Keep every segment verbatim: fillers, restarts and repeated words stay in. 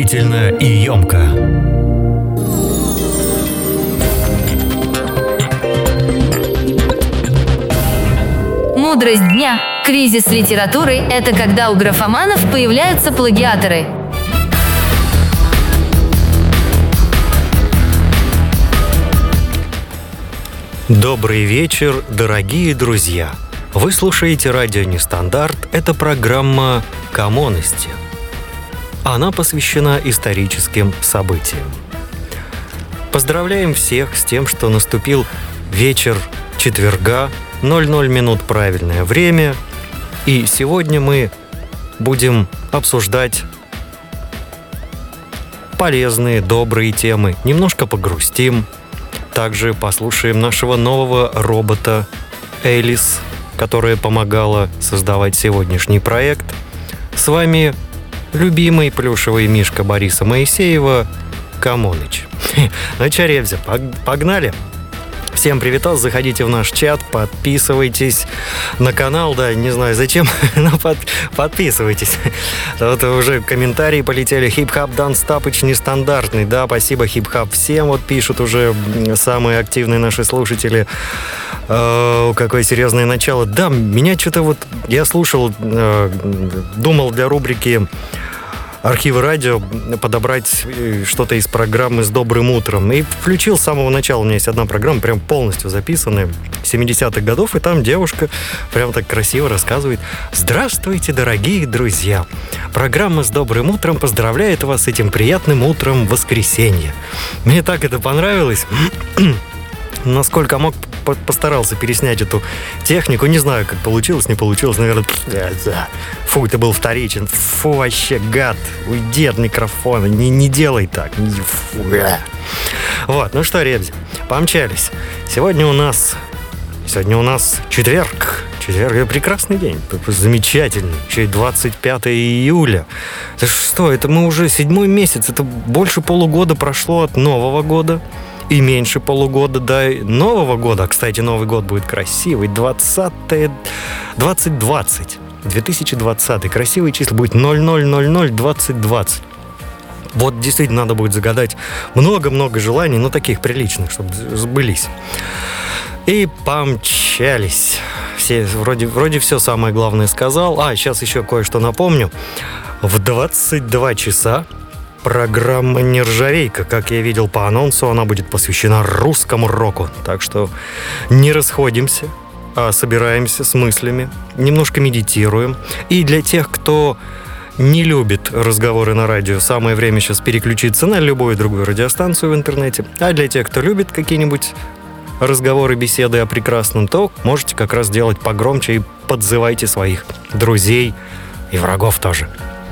Поучительно и емко. Мудрость дня. Кризис литературы – это когда у графоманов появляются плагиаторы. Добрый вечер, дорогие друзья! Вы слушаете радио «Нестандарт». Это программа «Коммонности». Она посвящена историческим событиям. Поздравляем всех с тем, что наступил вечер четверга, ноль ноль минут правильное время. И сегодня мы будем обсуждать полезные, добрые темы, немножко погрустим. Также послушаем нашего нового робота Элис, которая помогала создавать сегодняшний проект. С вами любимый плюшевый мишка Бориса Моисеева Комоныч. Ну чё, ребзя, погнали? Всем привет, заходите в наш чат, подписывайтесь на канал, да, не знаю зачем, но под, подписывайтесь. Вот уже комментарии полетели. Хип-хап Дан Стапыч нестандартный, да, спасибо, хип-хап всем, вот пишут уже самые активные наши слушатели. Э, какое серьезное начало. Да, меня что-то вот, я слушал, э, думал для рубрики архивы радио подобрать что-то из программы «С добрым утром». И включил с самого начала. У меня есть одна программа, прям полностью записанная, семидесятых годов, и там девушка прям так красиво рассказывает: «Здравствуйте, дорогие друзья! Программа «С добрым утром» поздравляет вас с этим приятным утром воскресенья». Мне так это понравилось. Насколько мог, постарался переснять эту технику. Не знаю, как получилось, не получилось. Наверное, фу, это был вторичен. Фу, вообще, гад. Уйди от микрофона. Не, не делай так. Фу. Вот, ну что, ребята, помчались. Сегодня у нас... Сегодня у нас четверг. Четверг — это прекрасный день. Замечательный. Еще и двадцать пятого июля. Это что, это мы уже седьмой месяц. Это больше полугода прошло от Нового года. И меньше полугода до Нового года. Кстати, Новый год будет красивый. двадцатое, двадцать двадцать. две тысячи двадцатый. Красивые числа. Будет ноль ноль ноль ноль двадцать двадцать. Вот действительно надо будет загадать много-много желаний, но таких приличных, чтобы сбылись. И помчались. Все, вроде, вроде все самое главное сказал. А, сейчас еще кое-что напомню. В двадцать два часа программа «Нержавейка». Как я видел по анонсу, она будет посвящена русскому року. Так что не расходимся, а собираемся с мыслями, немножко медитируем. И для тех, кто не любит разговоры на радио, самое время сейчас переключиться на любую другую радиостанцию в интернете. А для тех, кто любит какие-нибудь разговоры, беседы о прекрасном, то можете как раз делать погромче и подзывайте своих друзей и врагов тоже.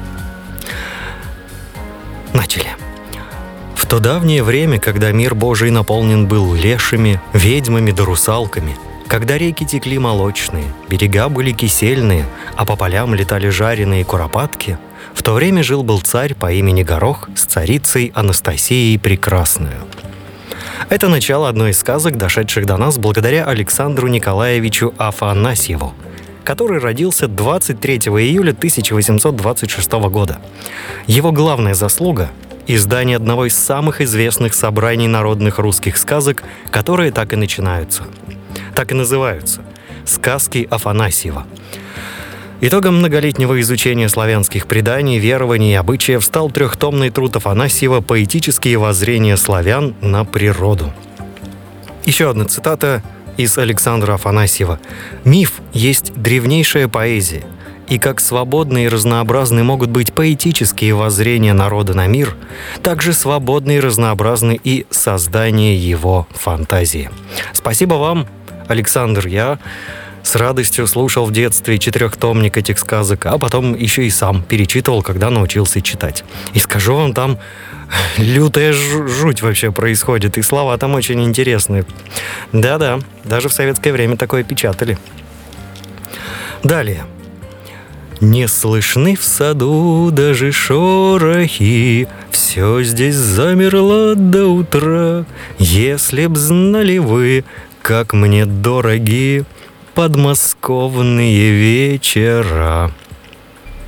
Начали. В то давнее время, когда мир Божий наполнен был лешими, ведьмами да русалками, когда реки текли молочные, берега были кисельные, а по полям летали жареные куропатки, в то время жил-был царь по имени Горох с царицей Анастасией Прекрасную. Это начало одной из сказок, дошедших до нас благодаря Александру Николаевичу Афанасьеву, который родился двадцать третьего июля тысяча восемьсот двадцать шестого года. Его главная заслуга – издание одного из самых известных собраний народных русских сказок, которые так и начинаются. Так и называются – «Сказки Афанасьева». Итогом многолетнего изучения славянских преданий, верований и обычаев стал трехтомный труд Афанасьева «Поэтические воззрения славян на природу». Еще одна цитата из Александра Афанасьева. «Миф есть древнейшая поэзия, и как свободны и разнообразны могут быть поэтические воззрения народа на мир, так же свободны и разнообразны и создание его фантазии». Спасибо вам, Александр. Я с радостью слушал в детстве четырехтомник этих сказок, а потом еще и сам перечитывал, когда научился читать. И скажу вам, там лютая жуть вообще происходит, и слова там очень интересные. Да-да, даже в советское время такое печатали. Далее. «Не слышны в саду даже шорохи, все здесь замерло до утра. Если б знали вы, как мне дороги подмосковные вечера».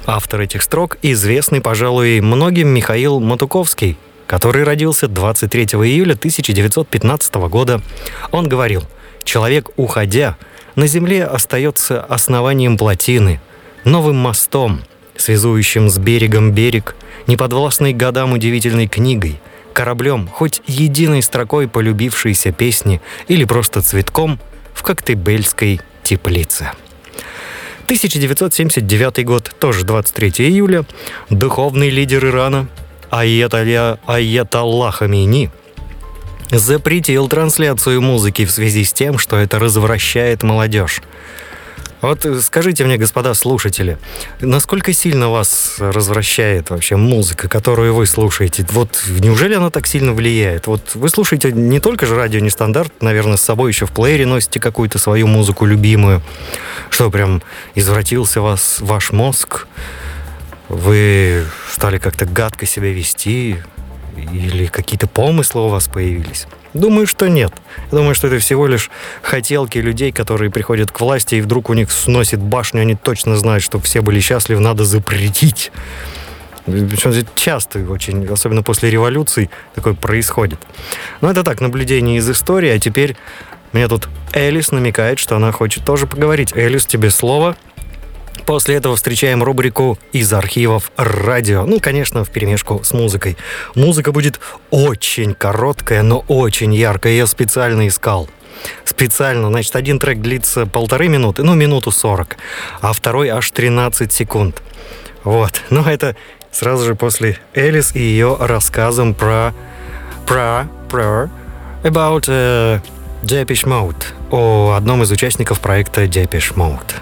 Автор этих строк известный, пожалуй, многим Михаил Матуковский, который родился двадцать третьего июля тысяча девятьсот пятнадцатого года. Он говорил: «Человек, уходя, на земле остается основанием плотины, новым мостом, связующим с берегом берег, неподвластной годам удивительной книгой, кораблем, хоть единой строкой полюбившейся песни или просто цветком в коктебельской теплице». тысяча девятьсот семьдесят девятый год, тоже двадцать третьего июля, духовный лидер Ирана Аятолля Аятолла Хамейни запретил трансляцию музыки в связи с тем, что это развращает молодежь. Вот скажите мне, господа слушатели, насколько сильно вас развращает вообще музыка, которую вы слушаете? Вот неужели она так сильно влияет? Вот вы слушаете не только же радио Нестандарт, наверное, с собой еще в плеере носите какую-то свою музыку любимую, что прям извратился вас ваш мозг, вы стали как-то гадко себя вести, или какие-то помыслы у вас появились? Думаю, что нет. Думаю, что это всего лишь хотелки людей, которые приходят к власти, и вдруг у них сносит башню, они точно знают, что все были счастливы, надо запретить. Причем часто очень, особенно после революции, такое происходит. Но это так, наблюдение из истории, а теперь мне тут Элис намекает, что она хочет тоже поговорить. Элис, тебе слово. После этого встречаем рубрику «Из архивов радио». Ну, конечно, вперемешку с музыкой. Музыка будет очень короткая, но очень яркая. Я специально искал. Специально. Значит, один трек длится полторы минуты, ну, минуту сорок, а второй аж тринадцать секунд. Вот. Но это сразу же после Элис и ее рассказом про... про... про... about uh, Depeche Mode. О одном из участников проекта Depeche Mode.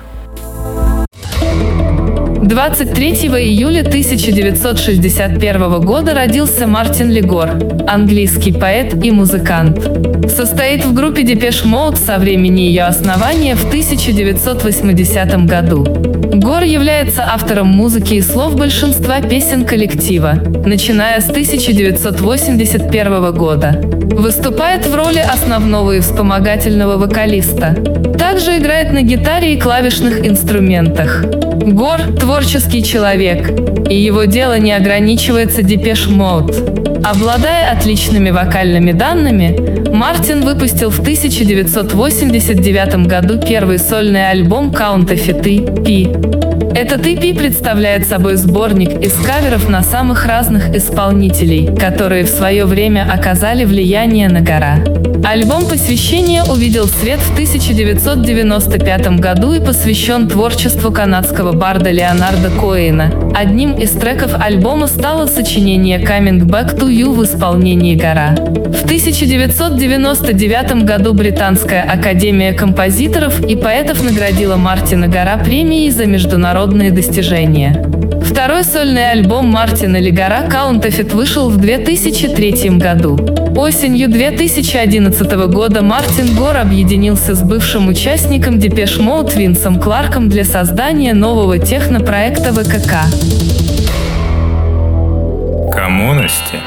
двадцать третьего июля тысяча девятьсот шестьдесят первого года родился Мартин Лигор, английский поэт и музыкант. Состоит в группе Depeche Mode со времени ее основания в тысяча девятьсот восьмидесятом году. Гор является автором музыки и слов большинства песен коллектива, начиная с тысяча девятьсот восемьдесят первого года. Выступает в роли основного и вспомогательного вокалиста. Также играет на гитаре и клавишных инструментах. Гор – творческий человек, и его дело не ограничивается Depeche Mode. Обладая отличными вокальными данными, Мартин выпустил в тысяча девятьсот восемьдесят девятом году первый сольный альбом Counterfeit и пи. Этот и пи представляет собой сборник из каверов на самых разных исполнителей, которые в свое время оказали влияние на Гора. Альбом посвящения увидел свет в тысяча девятьсот девяносто пятом году и посвящен творчеству канадского барда Леонарда Коэна. Одним из треков альбома стало сочинение Coming Back to You в исполнении Гора. В тысяча девятьсот девяносто девятом году Британская академия композиторов и поэтов наградила Мартина Гора премией за международные достижения. Второй сольный альбом Мартина Лигора Counterfeit вышел в две тысячи третьем году. Осенью две тысячи одиннадцатого года Мартин Гор объединился с бывшим участником Depeche Mode Винсом Кларком для создания нового технопроекта вэ ка ка. Коммунности.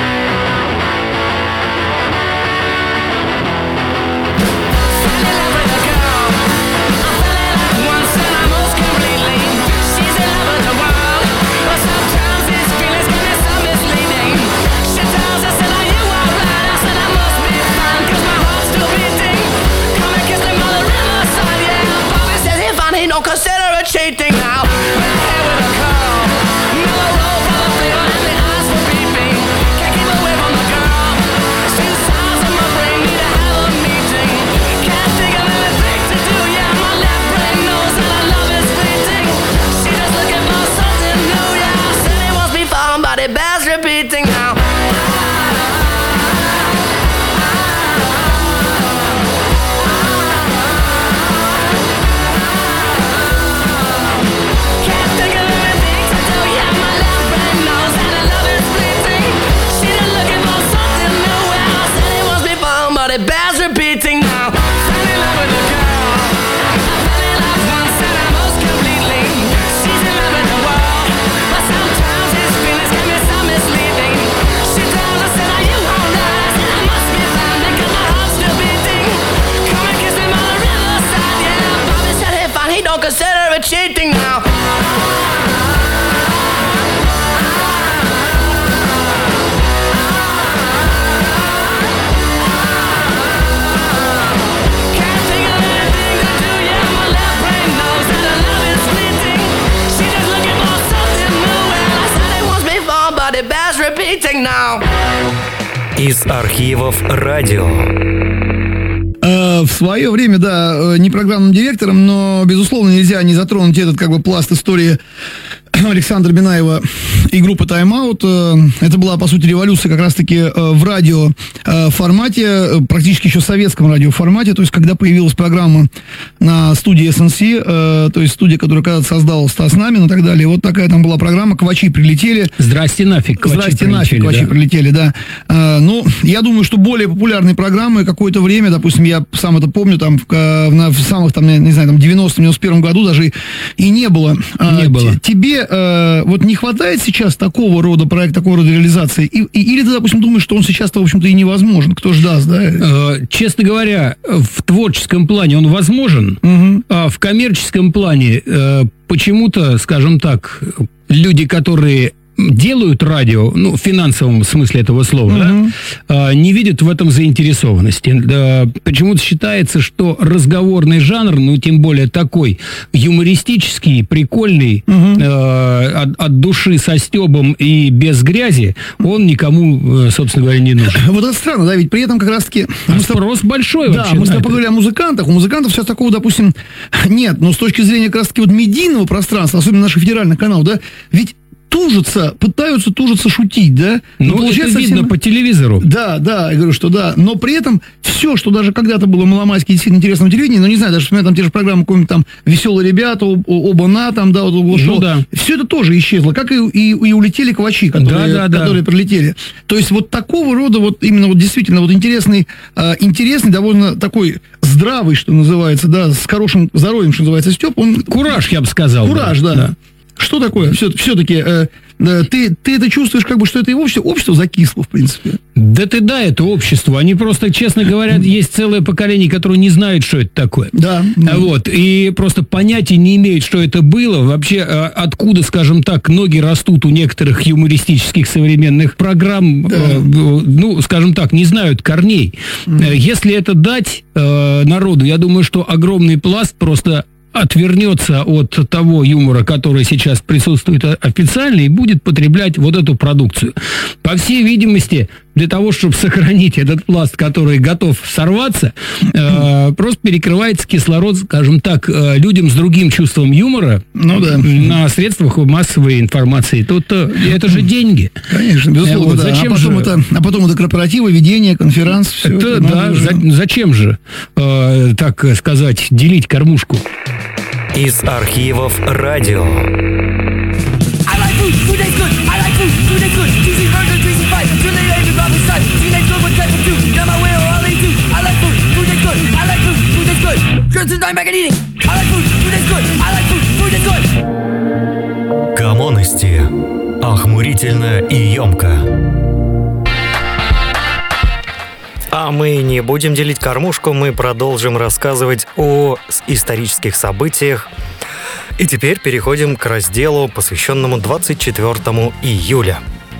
Don't consider it cheating now. We're here with a call. Mellow roll for the flavor and the eyes for beeping. Can't keep away from the girl. Still sounds in my brain, need to have a meeting. Can't think of anything to do, yeah. My left brain knows that our love is fleeting. She just looking for something new, yeah. Said it must be fun, but it bears repeating now. It bears repeating now. Fell in love with a girl. I fell in love once and I most completely. She's in love with the world, but sometimes his feelings can be so misleading. She tells us that you won't last, and I must be found because my heart's still beating. Come and kiss me by the riverside, yeah. Bobby said if I he don't consider it cheating now. everybody bears repeating now. Из архивов радио. В свое время, да, не программным директором, но, безусловно, нельзя не затронуть этот, как бы, пласт истории Александра Бинаева и группы Time Out. Это была, по сути, революция как раз-таки в радио формате, практически еще в советском радиоформате, то есть, когда появилась программа на студии эс эн си, то есть, студия, которую когда-то создал Стас Намин и так далее. Вот такая там была программа, «Квачи прилетели». Здрасте нафиг, «Квачи Здрасте прилетели», нафиг, «Квачи да. прилетели», да. Ну, я думаю, что более популярные программы какое-то время, допустим, я сам это помню, там, в, в самых, там, не знаю, там, девяностом-девяносто первом году даже и не было. Не было. Тебе вот не хватает сейчас такого рода проекта, такого рода реализации? И, и, или ты, допустим, думаешь, что он сейчас-то, в общем-то, и невозможен? Кто ж даст, да? Честно говоря, в творческом плане он возможен, угу. а в коммерческом плане почему-то, скажем так, люди, которые делают радио, ну, в финансовом смысле этого слова, uh-huh. да, не видят в этом заинтересованности. Почему-то считается, что разговорный жанр, ну, тем более такой юмористический, прикольный, uh-huh. э, от, от души со стёбом и без грязи, он никому, собственно говоря, не нужен. Вот это странно, да, ведь при этом как раз-таки... А спрос тобой... большой да, вообще. Да, мы с тобой поговорили о музыкантах. У музыкантов сейчас такого, допустим, нет. Но с точки зрения как раз-таки вот медийного пространства, особенно наших федеральных каналов, да, ведь тужатся, пытаются тужиться шутить, да? Ну, это видно всем... по телевизору. Да, да, я говорю, что да. Но при этом все, что даже когда-то было маломальски действительно интересно в телевидении, ну, не знаю, даже, например, там те же программы, какие-нибудь там «Веселые ребята», «Оба-на», там, да, вот, вот, ну, да. Все это тоже исчезло, как и, и, и улетели «Квачи», которые, да, да, которые да. прилетели. То есть вот такого рода, вот именно вот действительно вот интересный, э, интересный, довольно такой здравый, что называется, да, с хорошим здоровьем, что называется, Степ, он... Кураж, я бы сказал. Кураж, да. да. Что такое? Все, все-таки э, э, ты, ты это чувствуешь, как бы, что это и общество, общество закисло, в принципе. Да ты да, это общество. Они просто, честно говоря, есть целое поколение, которое не знает, что это такое. Да. Вот. И просто понятия не имеют, что это было. Вообще, откуда, скажем так, ноги растут у некоторых юмористических современных программ, да. э, ну, скажем так, не знают корней. Mm. Если это дать э, народу, я думаю, что огромный пласт просто отвернется от того юмора, который сейчас присутствует официально, и будет потреблять вот эту продукцию. По всей видимости, для того, чтобы сохранить этот пласт, который готов сорваться, э, просто перекрывается кислород, скажем так, э, людям с другим чувством юмора, ну, да. на средствах массовой информации. Тут э, это же деньги. Конечно, безусловно. Вот, да. Зачем а, потом же... это, а потом это корпоративы, ведение, конференц. Все это, это да, за, зачем же, э, так сказать, делить кормушку? Из архивов радио. Коммонности. Охмурительно и емко. А мы не будем делить кормушку, мы продолжим рассказывать о исторических событиях. И теперь переходим к разделу, посвященному двадцать четвёртому июля.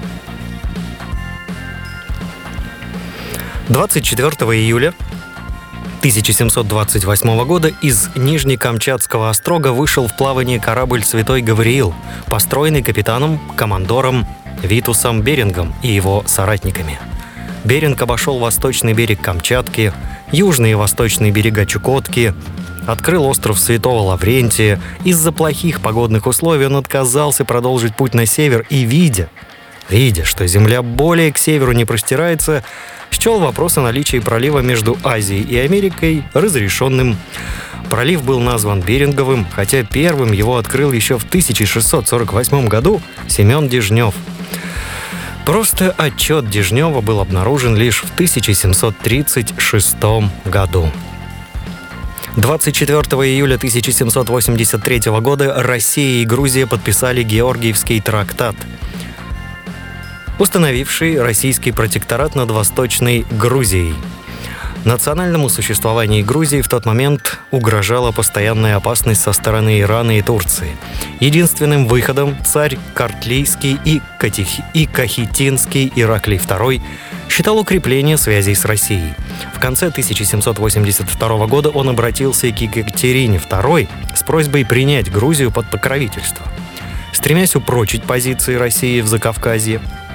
двадцать четвёртого июля тысяча семьсот двадцать восьмого года из Нижнекамчатского острога вышел в плавание корабль «Святой Гавриил», построенный капитаном, командором Витусом Берингом и его соратниками. Беринг обошел восточный берег Камчатки, южные и восточные берега Чукотки, открыл остров Святого Лаврентия. Из-за плохих погодных условий он отказался продолжить путь на север и, видя, видя, что земля более к северу не простирается, счел вопрос о наличии пролива между Азией и Америкой разрешенным. Пролив был назван Беринговым, хотя первым его открыл еще в тысяча шестьсот сорок восьмом году Семен Дежнев. Просто отчет Дежнева был обнаружен лишь в тысяча семьсот тридцать шестом году. двадцать четвёртого июля тысяча семьсот восемьдесят третьего года Россия и Грузия подписали Георгиевский трактат, установивший российский протекторат над Восточной Грузией. Национальному существованию Грузии в тот момент угрожала постоянная опасность со стороны Ирана и Турции. Единственным выходом царь Картлийский и, Катих... и Кахетинский Ираклий второй считал укрепление связей с Россией. В конце тысяча семьсот восемьдесят второго года он обратился к Екатерине второй с просьбой принять Грузию под покровительство. Стремясь упрочить позиции России в Закавказье,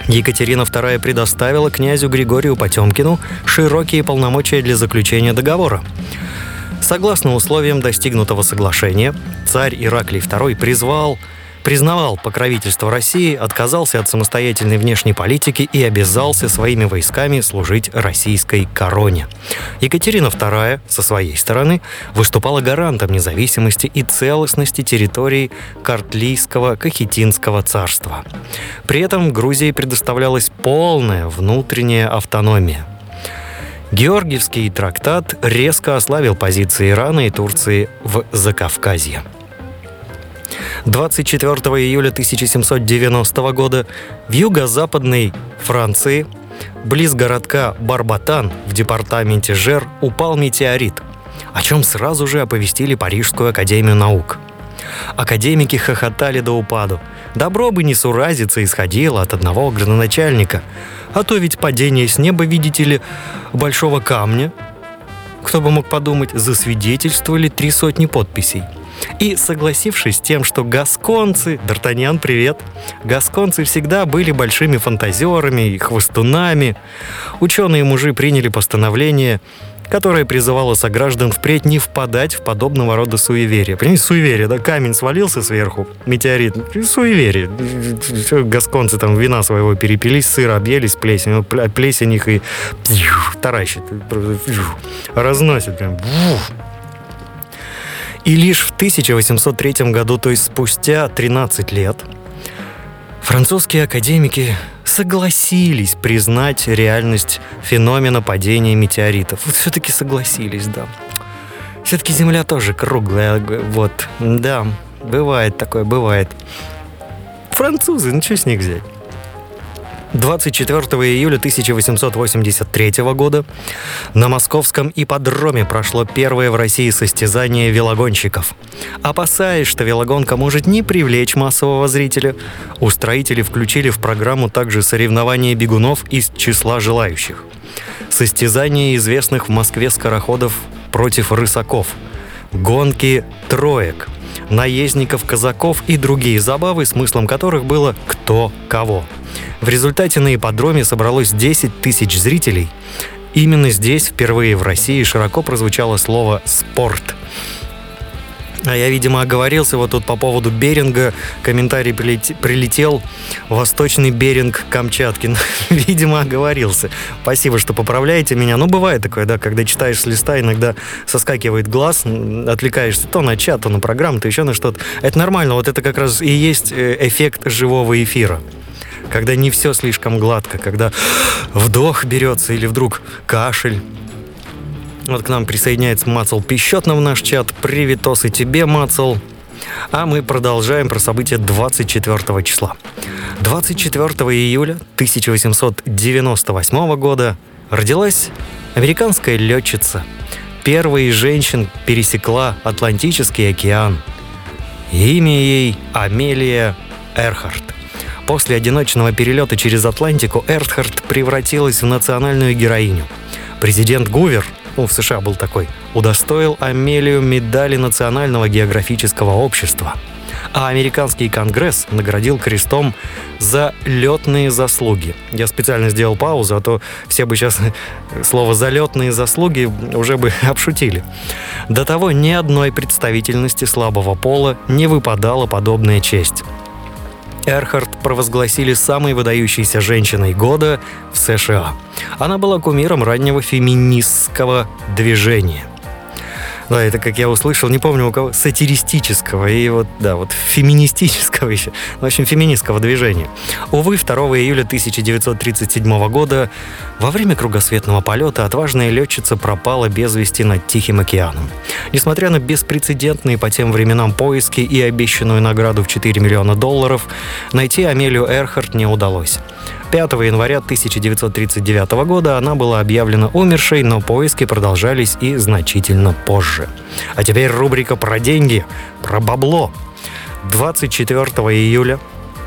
Екатерина вторая предоставила князю Григорию Потемкину широкие полномочия для заключения договора. Согласно условиям достигнутого соглашения, царь Ираклий второй призвал, признавал покровительство России, отказался от самостоятельной внешней политики и обязался своими войсками служить российской короне. Екатерина вторая, со своей стороны, выступала гарантом независимости и целостности территорий Картлийского Кахетинского царства. При этом Грузии предоставлялась полная внутренняя автономия. Георгиевский трактат резко ослабил позиции Ирана и Турции в Закавказье. двадцать четвёртого июля тысяча семьсот девяностого года в юго-западной Франции, близ городка Барбатан в департаменте Жер, упал метеорит, о чем сразу же оповестили Парижскую академию наук. Академики хохотали до упаду. Добро бы не суразиться исходило от одного градоначальника. А то ведь падение с неба, видите ли, большого камня, кто бы мог подумать, засвидетельствовали три сотни подписей. И согласившись с тем, что гасконцы, Д'Артаньян, привет, гасконцы всегда были большими фантазерами и хвостунами, ученые-мужи приняли постановление, которое призывало сограждан впредь не впадать в подобного рода суеверия. Понимаете, суеверие, да? Камень свалился сверху, метеорит, суеверие. Гасконцы там вина своего перепились, сыра объелись, плесень, плесень их и таращит, разносит прям. И лишь в тысяча восемьсот третьем году, то есть спустя тринадцать лет, французские академики согласились признать реальность феномена падения метеоритов. Вот все-таки согласились, да. Все-таки Земля тоже круглая, вот, да, бывает такое, бывает. Французы, ну что с них взять? двадцать четвёртого июля тысяча восемьсот восемьдесят третьего года на московском ипподроме прошло первое в России состязание велогонщиков. Опасаясь, что велогонка может не привлечь массового зрителя, устроители включили в программу также соревнования бегунов из числа желающих. Состязание известных в Москве скороходов против рысаков, гонки троек, наездников-казаков и другие забавы, смыслом которых было «кто кого». В результате на ипподроме собралось десять тысяч зрителей. Именно здесь впервые в России широко прозвучало слово «спорт». А я, видимо, оговорился вот тут по поводу Беринга. Комментарий прилетел. Восточный Беринг Камчатки. Видимо, оговорился. Спасибо, что поправляете меня. Ну, бывает такое, да, когда читаешь с листа, иногда соскакивает глаз, отвлекаешься то на чат, то на программу, то еще на что-то. Это нормально. Вот это как раз и есть эффект живого эфира. Когда не все слишком гладко, когда вдох берется или вдруг кашель. Вот к нам присоединяется Мацл Пищетно в наш чат. Привитос и тебе, Мацл. А мы продолжаем про события двадцать четвёртого числа. двадцать четвёртого июля тысяча восемьсот девяносто восьмого года родилась американская летчица. Первая из женщин пересекла Атлантический океан. Имя ей Амелия Эрхарт. После одиночного перелета через Атлантику Эрхарт превратилась в национальную героиню. Президент Гувер, ну, в США был такой, удостоил Амелию медали Национального географического общества. А американский конгресс наградил крестом за летные заслуги. Я специально сделал паузу, а то все бы сейчас слово «залетные заслуги» уже бы обшутили. До того ни одной представительности слабого пола не выпадала подобная честь. Эрхарт провозгласили самой выдающейся женщиной года в США. Она была кумиром раннего феминистского движения. Да, это, как я услышал, не помню у кого, сатиристического и вот, да, вот феминистического еще, в общем, феминистского движения. Увы, второго июля тысяча девятьсот тридцать седьмого года во время кругосветного полета отважная летчица пропала без вести над Тихим океаном. Несмотря на беспрецедентные по тем временам поиски и обещанную награду в четыре миллиона долларов, найти Амелию Эрхарт не удалось. пятого января тысяча девятьсот тридцать девятого года она была объявлена умершей, но поиски продолжались и значительно позже. А теперь рубрика про деньги, про бабло. двадцать четвёртого июля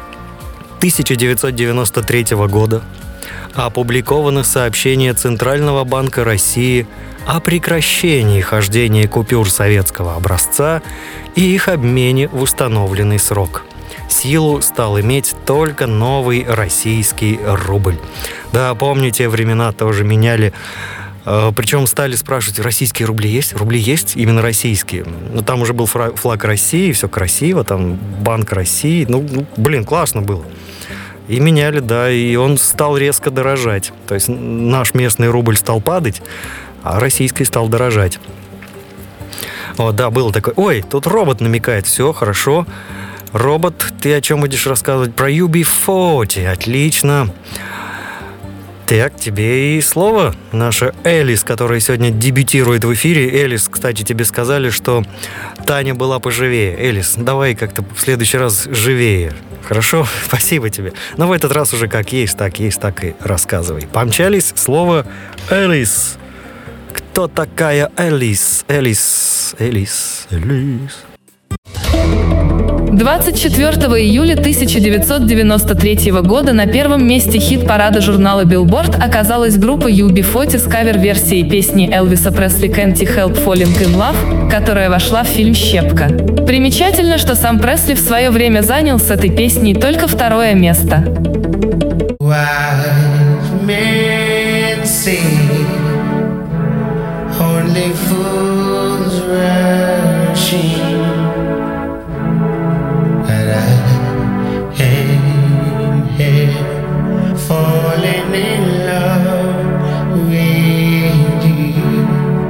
тысяча девятьсот девяносто третьего года опубликовано сообщение Центрального банка России о прекращении хождения купюр советского образца и их обмене в установленный срок. силу стал иметь только новый российский рубль. Да, помню, те времена тоже меняли. Причем стали спрашивать, российские рубли есть? Рубли есть? Именно российские. Ну, там уже был флаг России, все красиво, там Банк России. Ну, блин, классно было. И меняли, да, и он стал резко дорожать. То есть наш местный рубль стал падать, а российский стал дорожать. О, да, было такое. Ой, тут робот намекает. Все, хорошо. Робот, ты о чем будешь рассказывать? Про ю би сорок. Отлично. Так, тебе и слово. Наша Элис, которая сегодня дебютирует в эфире. Элис, кстати, тебе сказали, что Таня была поживее. Элис, давай как-то в следующий раз живее. Хорошо? Спасибо тебе. Но в этот раз уже как есть, так есть, так и рассказывай. Помчались. Слово Элис. Кто такая Элис? Элис, Элис, Элис. двадцать четвёртого июля тысяча девятьсот девяносто третьего года на первом месте хит-парада журнала Billboard оказалась группа ю би сорок с кавер-версией песни Элвиса Пресли «Can't Help Falling in Love», которая вошла в фильм «Щепка». Примечательно, что сам Пресли в свое время занял с этой песней только второе место. Only fools rushing, but I am here falling in love with you.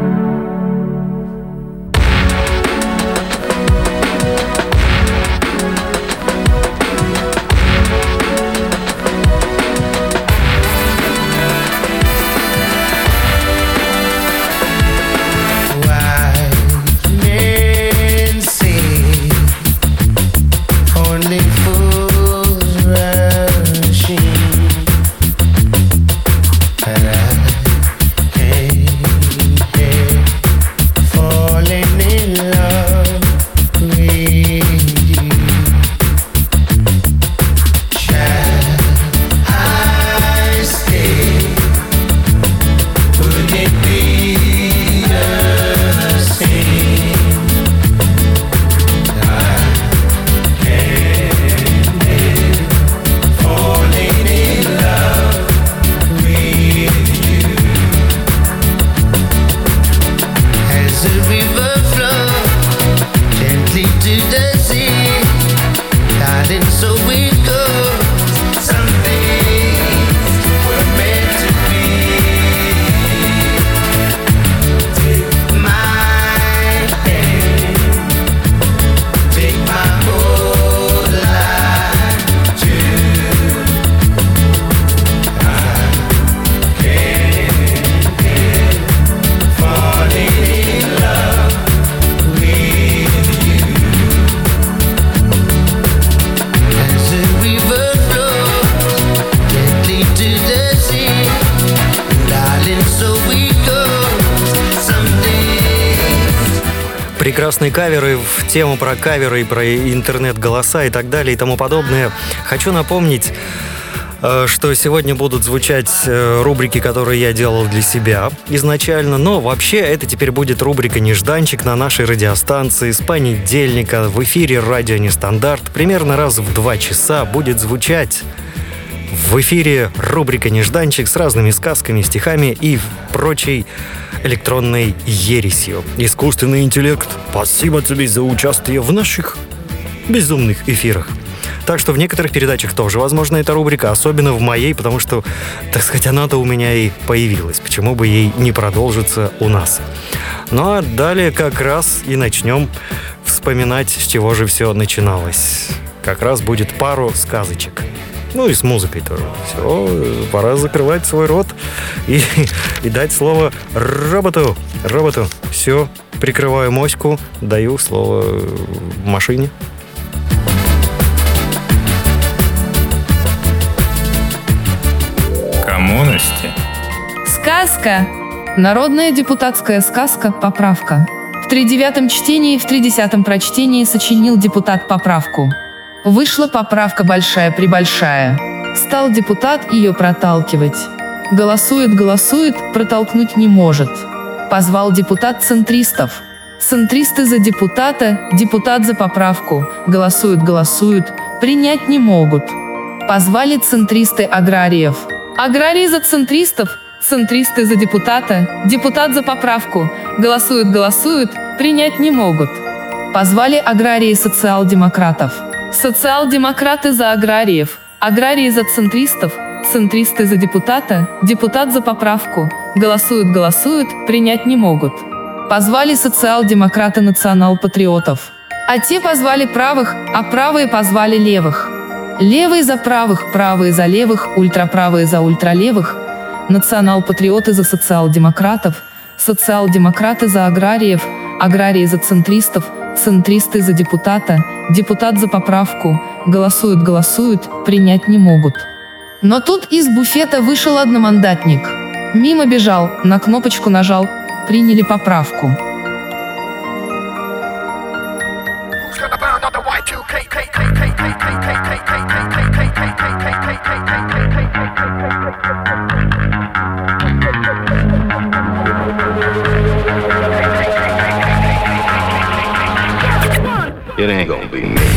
Прекрасные каверы в тему про каверы и про интернет-голоса и так далее и тому подобное. Хочу напомнить, что сегодня будут звучать рубрики, которые я делал для себя изначально, но вообще это теперь будет рубрика «Нежданчик» на нашей радиостанции с понедельника в эфире «Радио Нестандарт». Примерно раз в два часа будет звучать в эфире рубрика «Нежданчик» с разными сказками, стихами и прочей электронной ересью. Искусственный интеллект, спасибо тебе за участие в наших безумных эфирах. Так что в некоторых передачах тоже возможна эта рубрика, особенно в моей, потому что, так сказать, она-то у меня и появилась. Почему бы ей не продолжиться у нас? Ну а далее как раз и начнем вспоминать, с чего же все начиналось. Как раз будет пару сказочек. Ну и с музыкой тоже. Все, пора закрывать свой рот и, и дать слово роботу. Роботу. Все, прикрываю моську, даю слово в машине. Коммунности. Сказка. Народная депутатская сказка «Поправка». В тридевятом чтении и в тридесятом прочтении сочинил депутат поправку. Вышла поправка большая-пребольшая. Стал депутат ее проталкивать. Голосует, голосует, протолкнуть не может. Позвал депутат центристов. Центристы за депутата, депутат за поправку. Голосуют, голосуют, принять не могут. Позвали центристы аграриев. Аграрии за центристов, центристы за депутата, депутат за поправку. Голосуют, голосуют, принять не могут. Позвали аграрии социал-демократов. Социал-демократы за аграриев, аграрии за центристов, центристы за депутата, депутат за поправку. Голосуют, голосуют, принять не могут. Позвали социал-демократы национал-патриотов. А те позвали правых, а правые позвали левых. Левые за правых, правые за левых, ультраправые за ультралевых. Национал-патриоты за социал-демократов, социал-демократы за аграриев, аграрии за центристов, центристы за депутата, депутат за поправку. Голосуют, голосуют, принять не могут. Но тут из буфета вышел одномандатник. Мимо бежал, на кнопочку нажал, приняли поправку. It ain't gonna be me.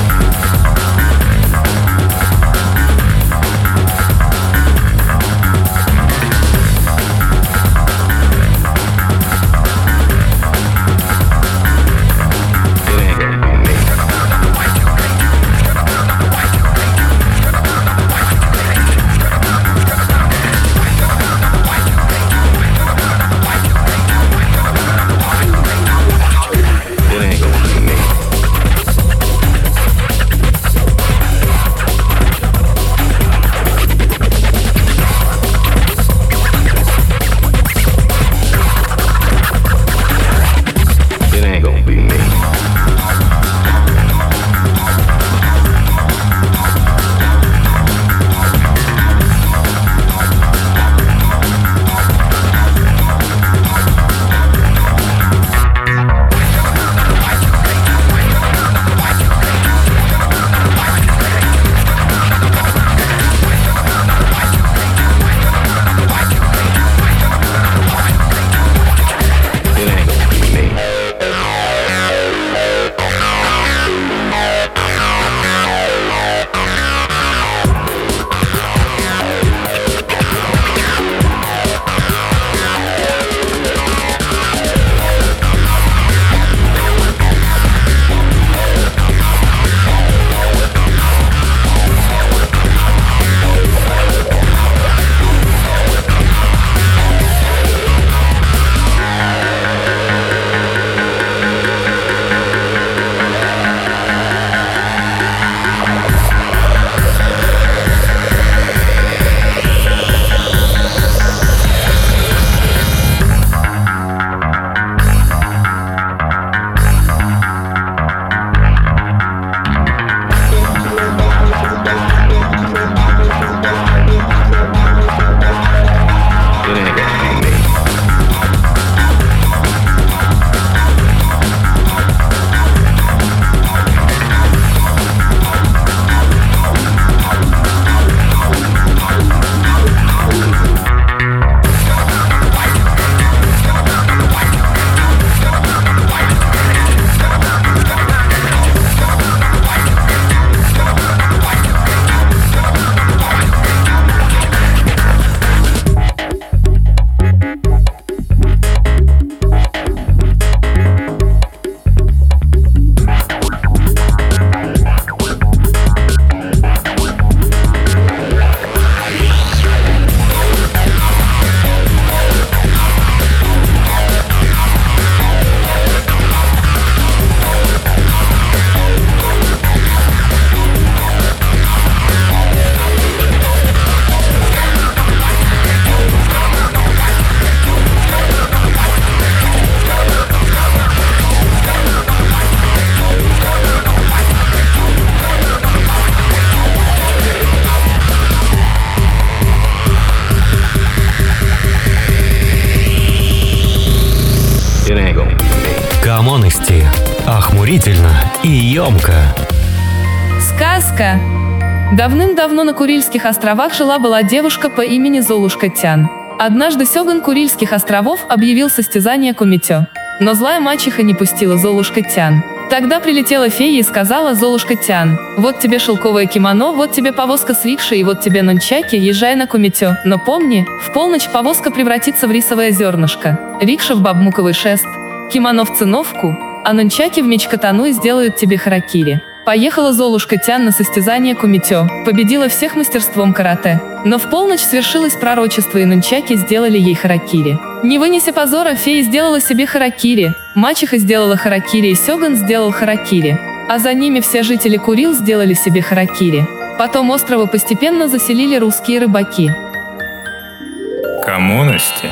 Коммонности. Охмурительно и емко. Сказка. Давным-давно на Курильских островах жила-была девушка по имени Золушка Тян. Однажды сёгун Курильских островов объявил состязание кумитё. Но злая мачеха не пустила Золушка Тян. Тогда прилетела фея и сказала: «Золушка Тян, вот тебе шелковое кимоно, вот тебе повозка с рикшей и вот тебе нунчаки, езжай на кумитё. Но помни, в полночь повозка превратится в рисовое зернышко, рикша в бабмуковый шест, кимоно в циновку, а нунчаки в меч-катану и сделают тебе харакири». Поехала Золушка Тян на состязание кумитё, победила всех мастерством карате. Но в полночь свершилось пророчество, и нунчаки сделали ей харакири. Не вынеся позора, фея сделала себе харакири, мачеха сделала харакири и сёгун сделал харакири. А за ними все жители Курил сделали себе харакири. Потом острова постепенно заселили русские рыбаки. Коммунности.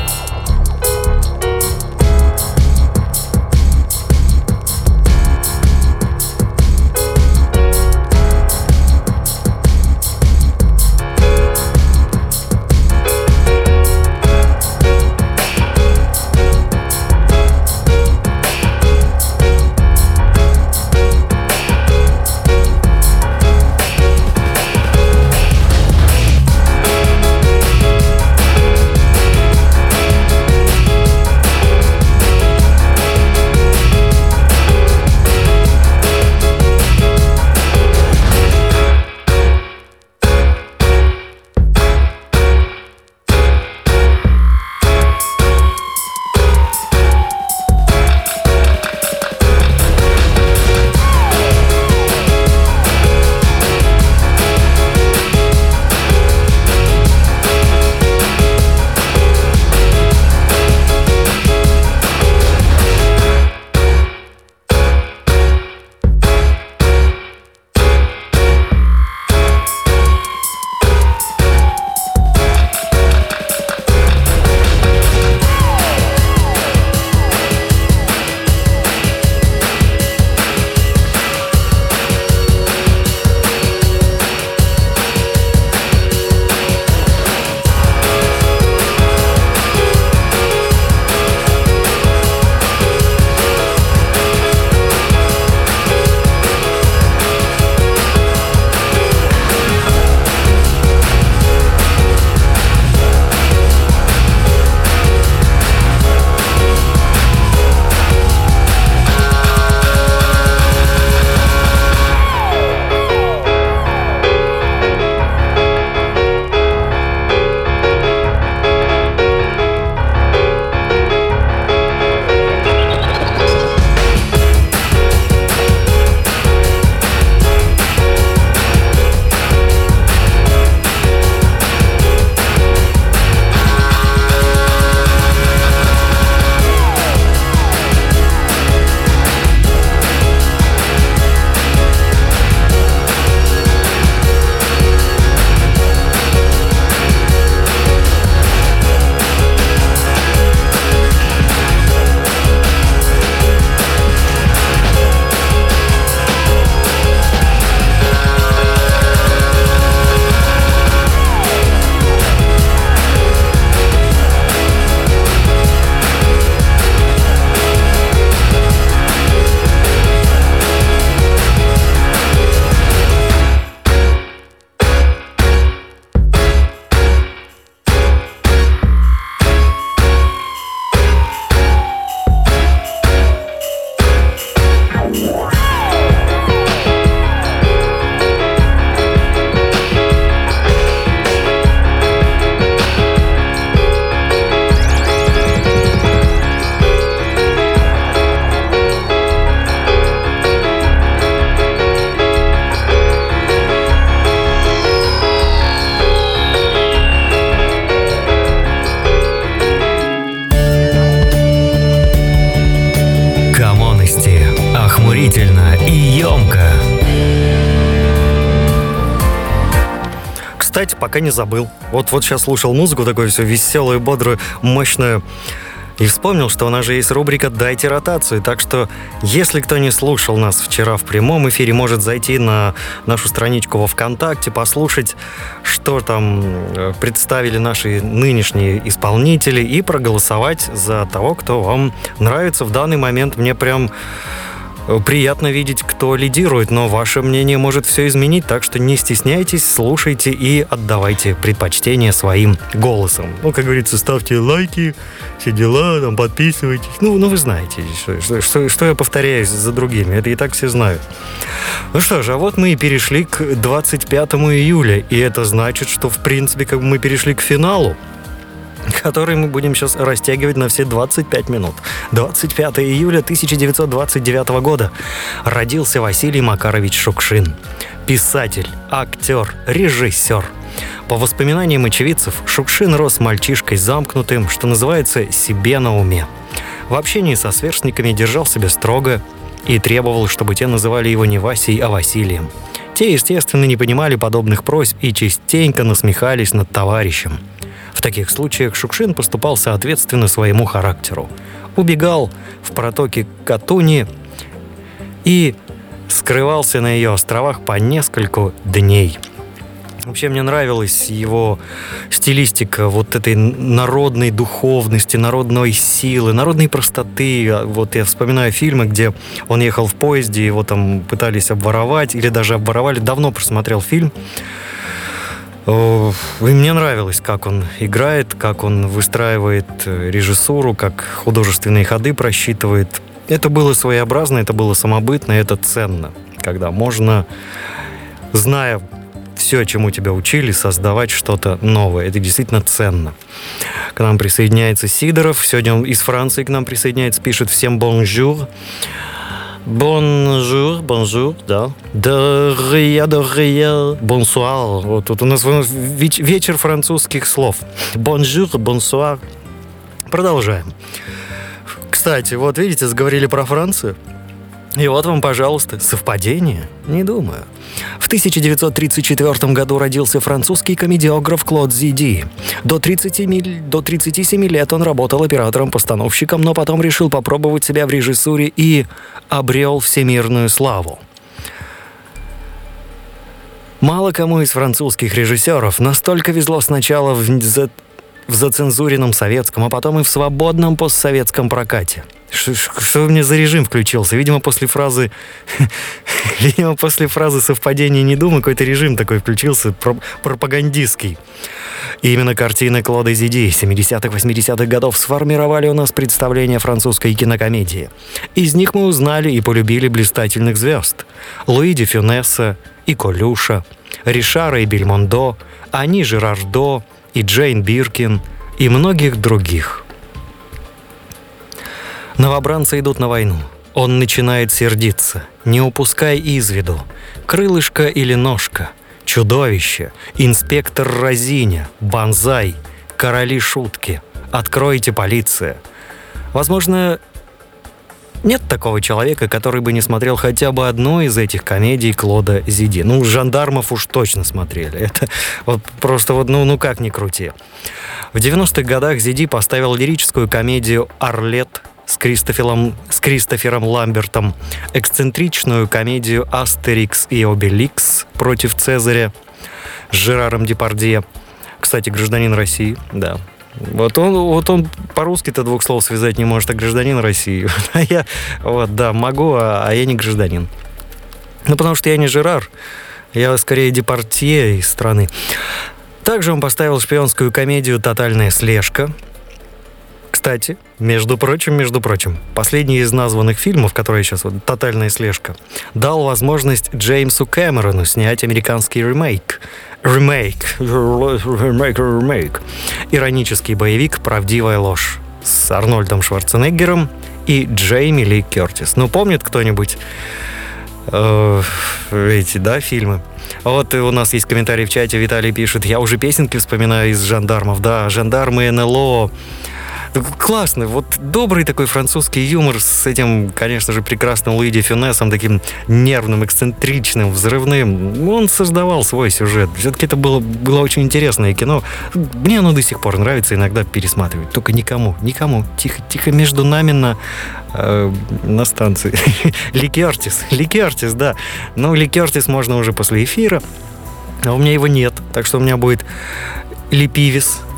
охмурительно и емко. Кстати, пока не забыл. Вот, вот сейчас слушал музыку такую все веселую, бодрую, мощную. И вспомнил, что у нас же есть рубрика «Дайте ротацию». Так что, если кто не слушал нас вчера в прямом эфире, может зайти на нашу страничку во ВКонтакте, послушать, что там представили наши нынешние исполнители, и проголосовать за того, кто вам нравится в данный момент. Мне прям Приятно видеть, кто лидирует, но ваше мнение может все изменить, так что не стесняйтесь, слушайте и отдавайте предпочтение своим голосам. Ну, как говорится, ставьте лайки, все дела, там, подписывайтесь. Ну, ну вы знаете, что, что, что я повторяюсь за другими, это и так все знают. Ну что ж, а вот мы и перешли к двадцать пятому июля, и это значит, что, в принципе, как бы мы перешли к финалу, который мы будем сейчас растягивать на все двадцать пять минут. двадцать пятого июля тысяча девятьсот двадцать девятого года родился Василий Макарович Шукшин. Писатель, актер, режиссер. По воспоминаниям очевидцев, Шукшин рос мальчишкой замкнутым, что называется, себе на уме. В общении со сверстниками держал себя строго и требовал, чтобы те называли его не Васей, а Василием. Те, естественно, не понимали подобных просьб и частенько насмехались над товарищем. В таких случаях Шукшин поступал соответственно своему характеру. Убегал в протоке Катуни и скрывался на ее островах по несколько дней. Вообще мне нравилась его стилистика вот этой народной духовности, народной силы, народной простоты. Вот я вспоминаю фильмы, где он ехал в поезде, его там пытались обворовать или даже обворовали. Давно просмотрел фильм. И мне нравилось, как он играет, как он выстраивает режиссуру, как художественные ходы просчитывает. Это было своеобразно, это было самобытно, это ценно. Когда можно, зная все, чему тебя учили, создавать что-то новое. Это действительно ценно. К нам присоединяется Сидоров. Сегодня он из Франции к нам присоединяется, пишет всем «бонжур». Бонжур, бонжур, да. Дория, дория, бонсуар. Вот тут у нас вечер французских слов. Бонжур, бонсуар. Продолжаем. Кстати, вот видите, заговорили про Францию. И вот вам, пожалуйста, совпадение? Не думаю. В тысяча девятьсот тридцать четвёртом году родился французский комедиограф Клод Зиди. До тридцати, до тридцати семи лет он работал оператором-постановщиком, но потом решил попробовать себя в режиссуре и обрел всемирную славу. Мало кому из французских режиссеров настолько везло сначала в, за, в зацензуренном советском, а потом и в свободном постсоветском прокате. Что, что у меня за режим включился? Видимо, после фразы видимо, после фразы совпадения не думаю, какой-то режим такой включился, пропагандистский. И именно картины Клода Зиди семидесятых-восьмидесятых годов сформировали у нас представление французской кинокомедии. Из них мы узнали и полюбили блистательных звезд. Луи де Фюнеса и Колюша, Ришара и Бельмондо, Ани Жерардо и Джейн Биркин и многих других. Новобранцы идут на войну. Он начинает сердиться. Не упускай из виду. Крылышко или ножка. Чудовище. Инспектор Розиня. Банзай. Короли шутки. Откройте, полиция. Возможно, нет такого человека, который бы не смотрел хотя бы одну из этих комедий Клода Зиди. Ну, «Жандармов» уж точно смотрели. Это вот просто вот, ну, ну как ни крути. В девяностых годах Зиди поставил лирическую комедию «Арлет» с Кристофером, с Кристофером Ламбертом, эксцентричную комедию «Астерикс и Обеликс» против Цезаря с Жераром Депардье. Кстати, гражданин России, да. Вот он, вот он по-русски-то двух слов связать не может, а гражданин России. А я, вот, да, могу, а, а я не гражданин. Ну, потому что я не Жерар, я скорее Депардье из страны. Также он поставил шпионскую комедию «Тотальная слежка». Кстати, между прочим, между прочим, последний из названных фильмов, который сейчас вот «Тотальная слежка», дал возможность Джеймсу Кэмерону снять американский ремейк. Ремейк. Ремейк, ремейк. Иронический боевик «Правдивая ложь» с Арнольдом Шварценеггером и Джейми Ли Кертис. Ну, помнит кто-нибудь э, эти, да, фильмы? Вот и у нас есть комментарий в чате, Виталий пишет: я уже песенки вспоминаю из «Жандармов». Да, «Жандармы», эн эл о. Классно, вот добрый такой французский юмор с этим, конечно же, прекрасным Луи де Фюнесом, таким нервным, эксцентричным, взрывным. Он создавал свой сюжет. Все-таки это было, было очень интересное кино. Мне оно до сих пор нравится иногда пересматривать. Только никому, никому. Тихо, тихо между нами на, э, на станции. Ли Кертис, Ли Кертис, да. Ну, Ли Кертис можно уже после эфира, а у меня его нет. Так что у меня будет Ли Пивис,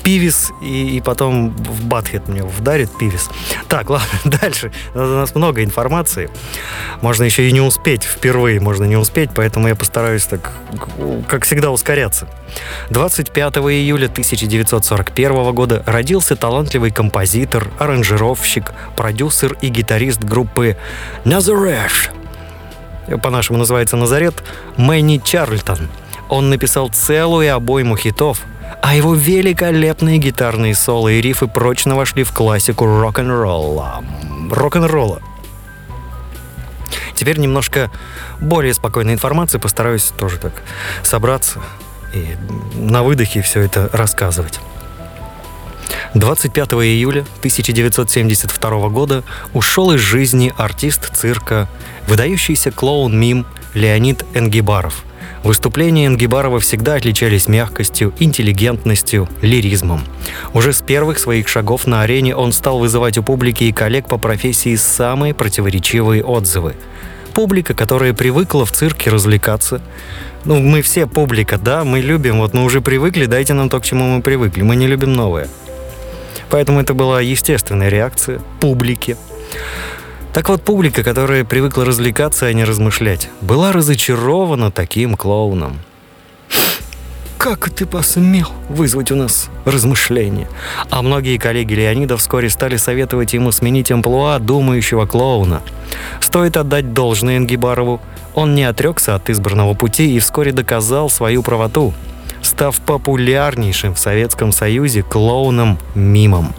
Пивис, и, и потом в Батхед мне вдарит Пивис. Так, ладно, дальше. У нас много информации. Можно еще и не успеть. Впервые можно не успеть, поэтому я постараюсь так, как всегда, ускоряться. двадцать пятого июля тысяча девятьсот сорок первого года родился талантливый композитор, аранжировщик, продюсер и гитарист группы Nazareth, по-нашему называется «Назарет», Мэнни Чарльтон. Он написал целую обойму хитов, а его великолепные гитарные соло и рифы прочно вошли в классику рок-н-ролла. Рок-н-ролла. Теперь немножко более спокойной информации, постараюсь тоже так собраться и на выдохе все это рассказывать. двадцать пятого июля тысяча девятьсот семьдесят второго года ушел из жизни артист цирка, выдающийся клоун-мим Леонид Энгибаров. Выступления Энгибарова всегда отличались мягкостью, интеллигентностью, лиризмом. Уже с первых своих шагов на арене он стал вызывать у публики и коллег по профессии самые противоречивые отзывы. Публика, которая привыкла в цирке развлекаться. Ну, мы все публика, да, мы любим, вот мы уже привыкли, дайте нам то, к чему мы привыкли. Мы не любим новое. Поэтому это была естественная реакция публики. Так вот, публика, которая привыкла развлекаться, а не размышлять, была разочарована таким клоуном. Как ты посмел вызвать у нас размышления? А многие коллеги Леонида вскоре стали советовать ему сменить амплуа думающего клоуна. Стоит отдать должное Энгибарову. Он не отрекся от избранного пути и вскоре доказал свою правоту, став популярнейшим в Советском Союзе клоуном-мимом.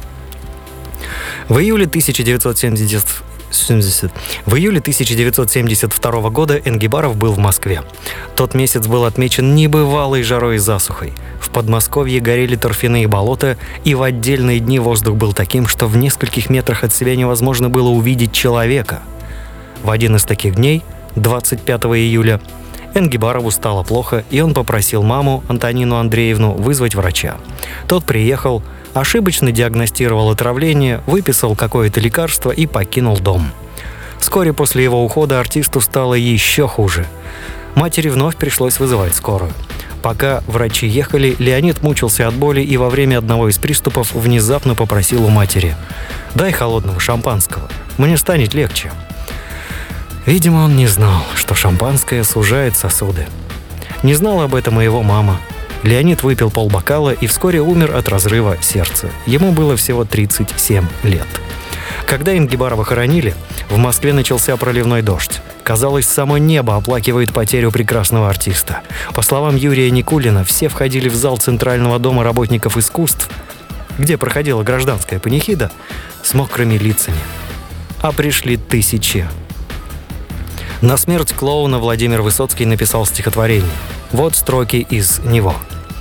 В июле тысяча девятьсот семидесятого В июле тысяча девятьсот семьдесят второго года Энгибаров был в Москве. Тот месяц был отмечен небывалой жарой и засухой. В Подмосковье горели торфяные болота, и в отдельные дни воздух был таким, что в нескольких метрах от себя невозможно было увидеть человека. В один из таких дней, двадцать пятого июля, Энгибарову стало плохо, и он попросил маму, Антонину Андреевну, вызвать врача. Тот приехал, ошибочно диагностировал отравление, выписал какое-то лекарство и покинул дом. Вскоре после его ухода артисту стало еще хуже. Матери вновь пришлось вызывать скорую. Пока врачи ехали, Леонид мучился от боли и во время одного из приступов внезапно попросил у матери: «Дай холодного шампанского, мне станет легче». Видимо, он не знал, что шампанское сужает сосуды. Не знала об этом и его мама. Леонид выпил полбокала и вскоре умер от разрыва сердца. Ему было всего тридцать семь лет. Когда Энгибарова хоронили, в Москве начался проливной дождь. Казалось, само небо оплакивает потерю прекрасного артиста. По словам Юрия Никулина, все входили в зал Центрального дома работников искусств, где проходила гражданская панихида, с мокрыми лицами. А пришли тысячи. На смерть клоуна Владимир Высоцкий написал стихотворение. Вот строки из него.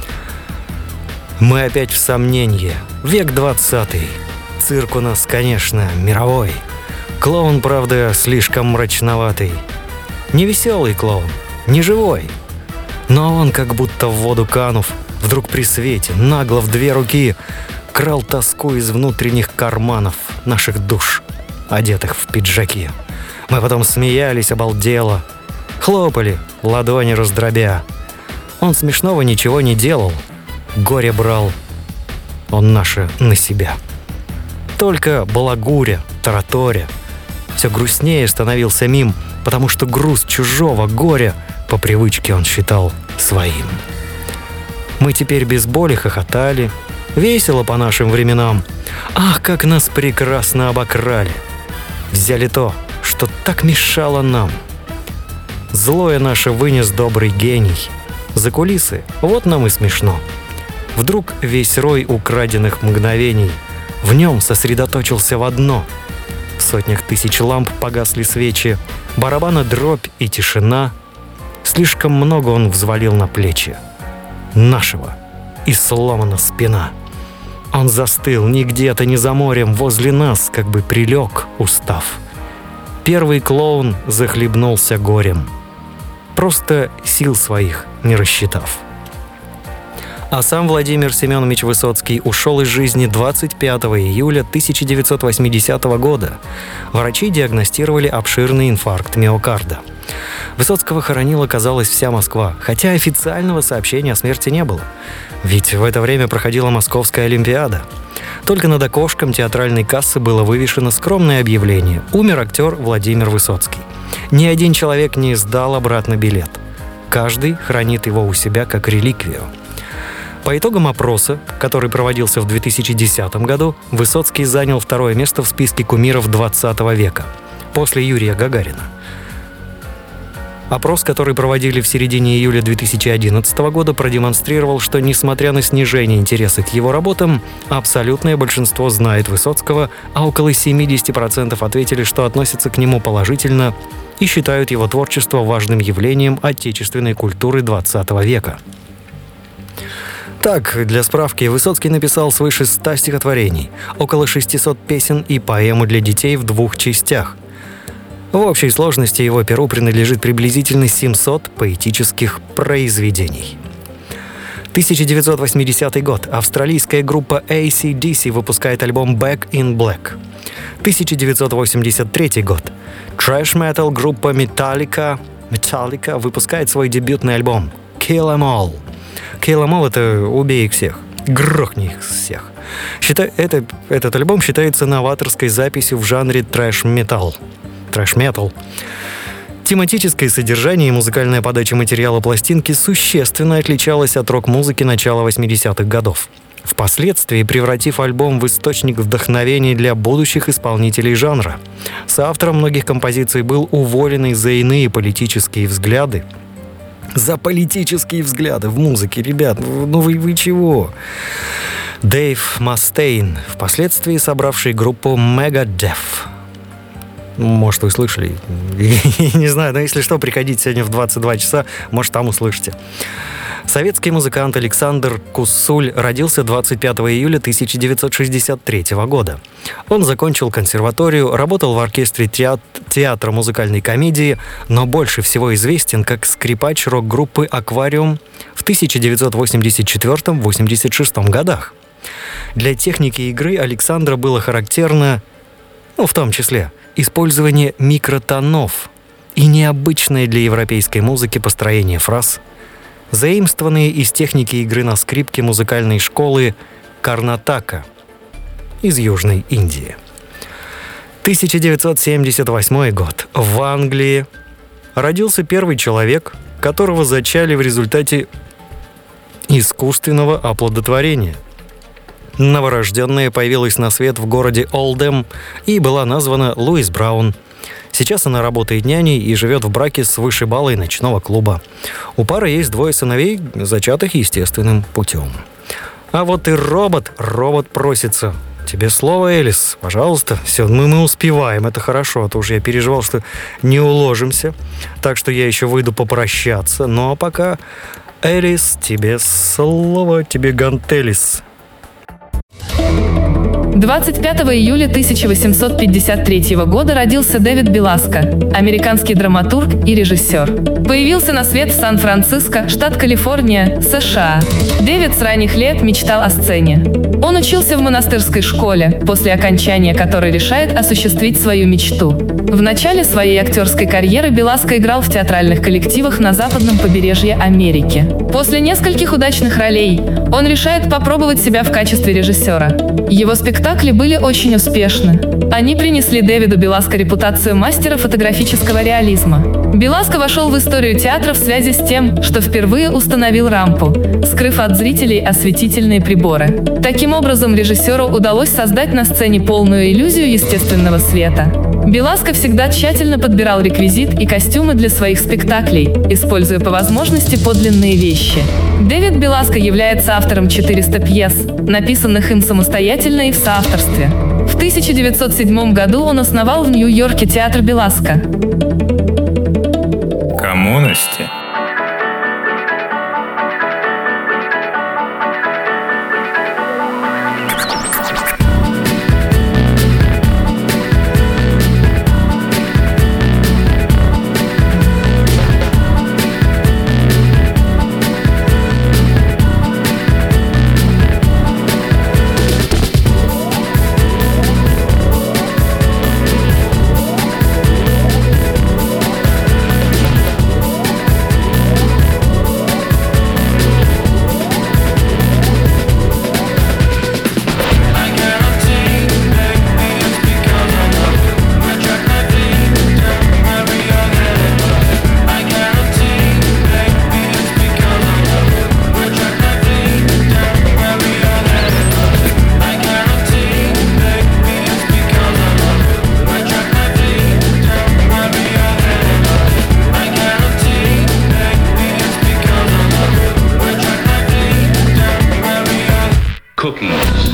«Мы опять в сомнении. Век двадцатый. Цирк у нас, конечно, мировой. Клоун, правда, слишком мрачноватый. Не веселый клоун, не живой. Но он, как будто в воду канув, вдруг при свете, нагло в две руки, крал тоску из внутренних карманов наших душ, одетых в пиджаки. Мы потом смеялись обалдело, хлопали, ладони раздробя. Он смешного ничего не делал, горе брал он наше на себя. Только балагуря, тараторя, все грустнее становился мим, потому что груз чужого горя по привычке он считал своим. Мы теперь без боли хохотали, весело по нашим временам. Ах, как нас прекрасно обокрали! Взяли то, что так мешало нам. Злое наше вынес добрый гений. За кулисы вот нам и смешно. Вдруг весь рой украденных мгновений в нем сосредоточился в одно. В сотнях тысяч ламп погасли свечи, барабана дробь и тишина. Слишком много он взвалил на плечи нашего, и сломана спина. Он застыл не где-то, не за морем, возле нас, как бы прилег, устав. Первый клоун захлебнулся горем, просто сил своих не рассчитав. А сам Владимир Семенович Высоцкий ушел из жизни двадцать пятого июля тысяча девятьсот восьмидесятого года. Врачи диагностировали обширный инфаркт миокарда. Высоцкого хоронила, казалось, вся Москва, хотя официального сообщения о смерти не было. Ведь в это время проходила Московская Олимпиада. Только над окошком театральной кассы было вывешено скромное объявление: «Умер актер Владимир Высоцкий». Ни один человек не сдал обратно билет. Каждый хранит его у себя как реликвию. По итогам опроса, который проводился в две тысячи десятом году, Высоцкий занял второе место в списке кумиров двадцатого века, после Юрия Гагарина. Опрос, который проводили в середине июля две тысячи одиннадцатого года, продемонстрировал, что, несмотря на снижение интереса к его работам, абсолютное большинство знает Высоцкого, а около семьдесят процентов ответили, что относятся к нему положительно и считают его творчество важным явлением отечественной культуры двадцатого века. Так, для справки, Высоцкий написал свыше ста стихотворений, около шестисот песен и поэму для детей в двух частях. В общей сложности его перу принадлежит приблизительно семьсот поэтических произведений. тысяча девятьсот восьмидесятый год. Австралийская группа эй си ди си выпускает альбом «Back in Black». тысяча девятьсот восемьдесят третий год. Трэш-метал группа Metallica, Metallica выпускает свой дебютный альбом «Kill 'Em All». «Kill 'Em All» — это «убей их всех», «грохни их всех». Считай, это, этот альбом считается новаторской записью в жанре трэш-метал. Трэш-метал. Тематическое содержание и музыкальная подача материала пластинки существенно отличалась от рок-музыки начала восьмидесятых годов, впоследствии превратив альбом в источник вдохновения для будущих исполнителей жанра. Соавтором многих композиций был уволенный за иные политические взгляды. За политические взгляды в музыке, ребят, ну вы, вы чего? Дэйв Мастейн, впоследствии собравший группу Megadeth. Может, вы слышали? Не знаю, но если что, приходите сегодня в двадцать два часа, может, там услышите. Советский музыкант Александр Куссуль родился двадцать пятого июля тысяча девятьсот шестьдесят третьего года. Он закончил консерваторию, работал в оркестре театр, театра музыкальной комедии, но больше всего известен как скрипач рок-группы «Аквариум» в тысяча девятьсот восемьдесят четвёртом — восемьдесят шестом годах. Для техники игры Александра было характерно, ну, в том числе, использование микротонов и необычное для европейской музыки построение фраз, заимствованные из техники игры на скрипке музыкальной школы Карнатака из Южной Индии. тысяча девятьсот семьдесят восьмой год. В Англии родился первый человек, которого зачали в результате искусственного оплодотворения. Новорожденная появилась на свет в городе Олдем и была названа Луис Браун. Сейчас она работает няней и живет в браке с вышибалой ночного клуба. У пары есть двое сыновей, зачатых естественным путем. А вот и робот, робот просится. Тебе слово, Элис, пожалуйста. Все, мы, мы успеваем, это хорошо, а то уж я переживал, что не уложимся. Так что я еще выйду попрощаться. Ну а пока, Элис, тебе слово, тебе гантелис. двадцать пятого июля тысяча восемьсот пятьдесят третьего года родился Дэвид Беласко, американский драматург и режиссер. Появился на свет в Сан-Франциско, штат Калифорния, США. Дэвид с ранних лет мечтал о сцене. Он учился в монастырской школе, после окончания которой решает осуществить свою мечту. В начале своей актерской карьеры Беласко играл в театральных коллективах на западном побережье Америки. После нескольких удачных ролей он решает попробовать себя в качестве режиссера. Его спектакли были очень успешны. Они принесли Дэвиду Беласко репутацию мастера фотографического реализма. Беласко вошел в историю театра в связи с тем, что впервые установил рампу, скрыв от зрителей осветительные приборы. Таким образом, режиссеру удалось создать на сцене полную иллюзию естественного света. Беласко всегда тщательно подбирал реквизит и костюмы для своих спектаклей, используя по возможности подлинные вещи. Дэвид Беласко является автором четырёхсот пьес, написанных им самостоятельно и в соавторстве. В тысяча девятьсот седьмом году он основал в Нью-Йорке театр Беласко. Коммунности. cookies.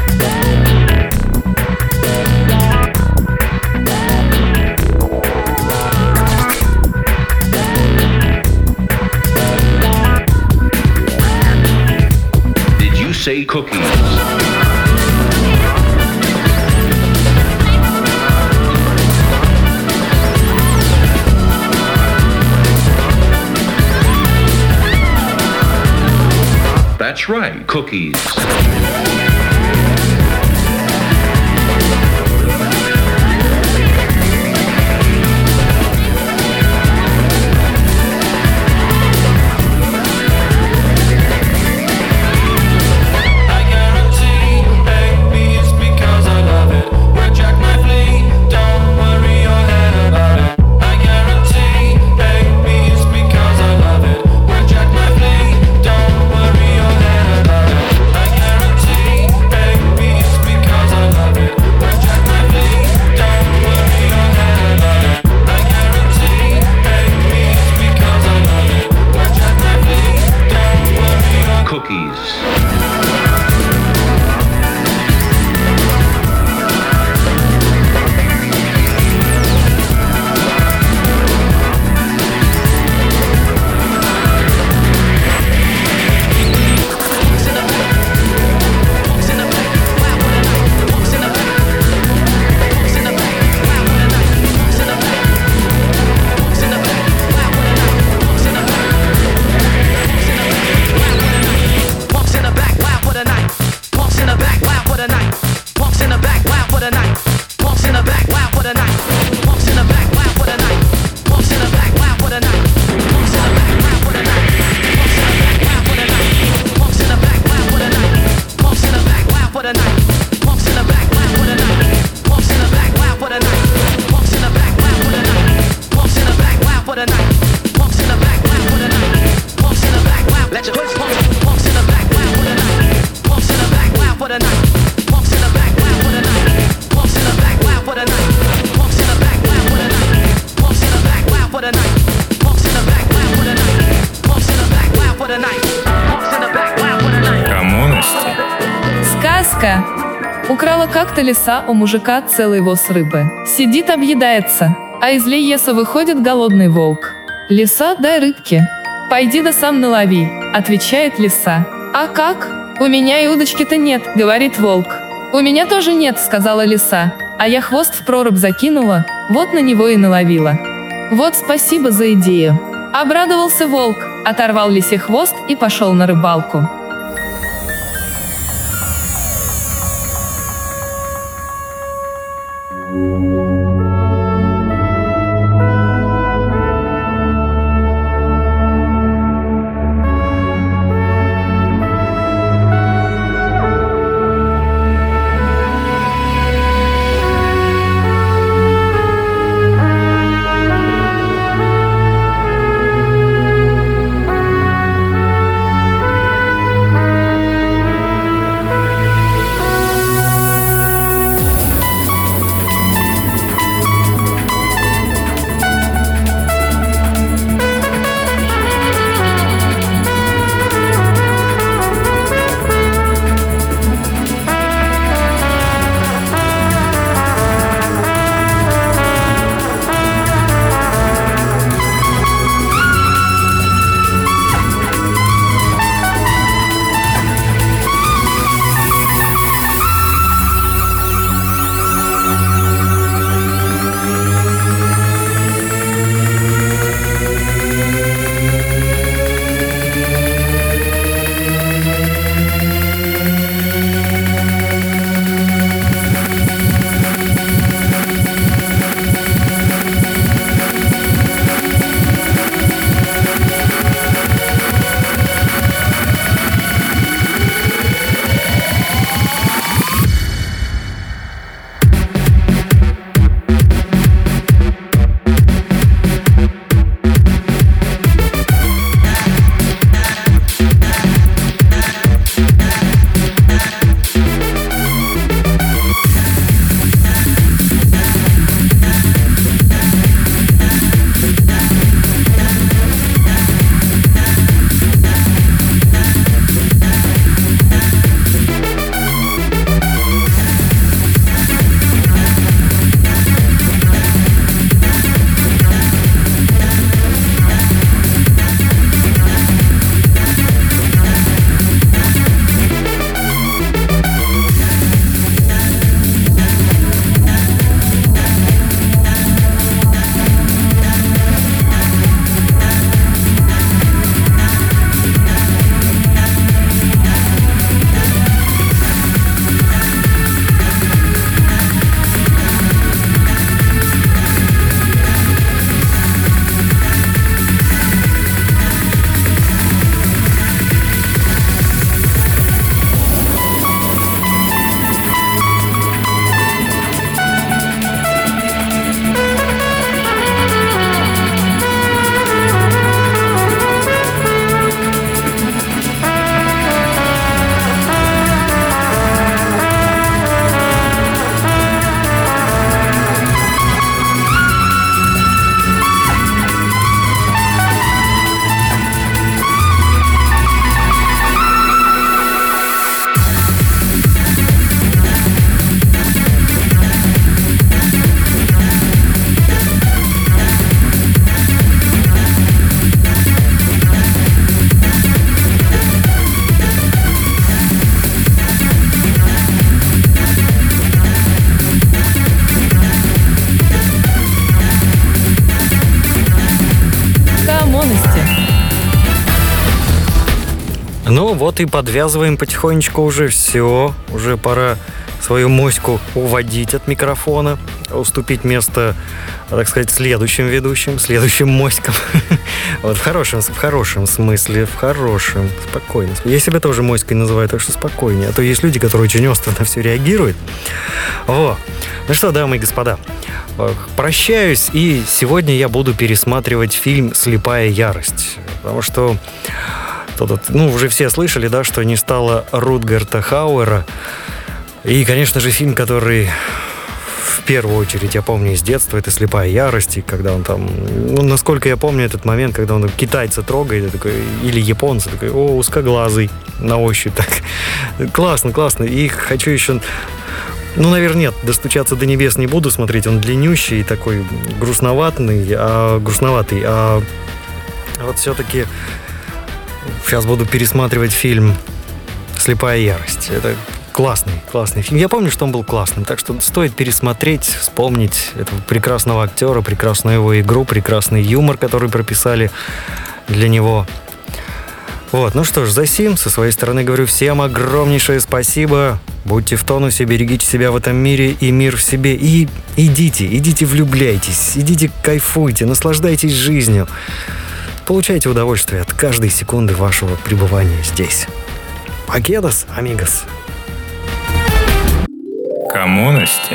Did you say cookies? That's right, cookies. Сказка. Украла как-то лиса у мужика целый воз рыбы. Сидит, объедается, а из леса выходит голодный волк. «Лиса, дай рыбки». «Пойди да сам налови», — отвечает лиса. «А как? У меня и удочки-то нет», — говорит волк. «У меня тоже нет», — сказала лиса. «А я хвост в прорубь закинула, вот на него и наловила». «Вот спасибо за идею». Обрадовался волк, оторвал лисе хвост и пошел на рыбалку. Ну вот и подвязываем потихонечку уже все. Уже пора свою моську уводить от микрофона, уступить место, так сказать, следующим ведущим, следующим моськам. Вот в хорошем, в хорошем смысле, в хорошем, спокойно. Я себя тоже моськой называю, так что спокойнее. А то есть люди, которые очень остро на все реагируют. Вот. Ну что, дамы и господа, прощаюсь, и сегодня я буду пересматривать фильм «Слепая ярость». Потому что, ну, уже все слышали, да, что не стало Рутгерта Хауэра. И, конечно же, фильм, который в первую очередь я помню из детства, это «Слепая ярость», и когда он там, ну, насколько я помню этот момент, когда он китайца трогает, такой, или японца, такой, о, узкоглазый, на ощупь, так, классно, классно, и хочу еще, ну, наверное, нет, «Достучаться до небес» не буду смотреть, он длиннющий, такой грустноватый, а, грустноватый, а вот все-таки сейчас буду пересматривать фильм «Слепая ярость», это классный, классный фильм. Я помню, что он был классным, так что стоит пересмотреть, вспомнить этого прекрасного актера, прекрасную его игру, прекрасный юмор, который прописали для него. Вот, ну что ж, за сим, со своей стороны говорю всем огромнейшее спасибо. Будьте в тонусе, берегите себя в этом мире и мир в себе. И идите, идите влюбляйтесь, идите кайфуйте, наслаждайтесь жизнью. Получайте удовольствие от каждой секунды вашего пребывания здесь. Покедос, амигос. Коммунности.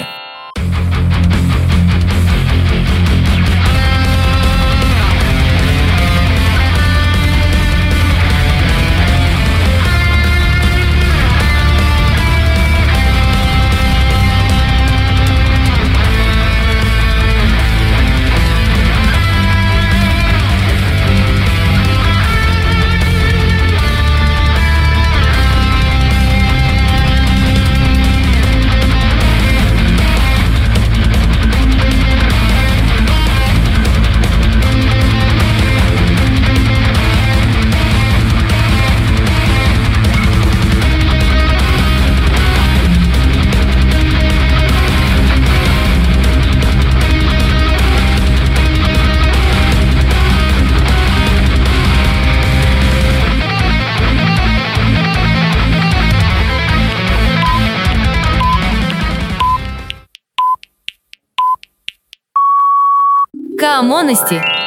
Коммунности.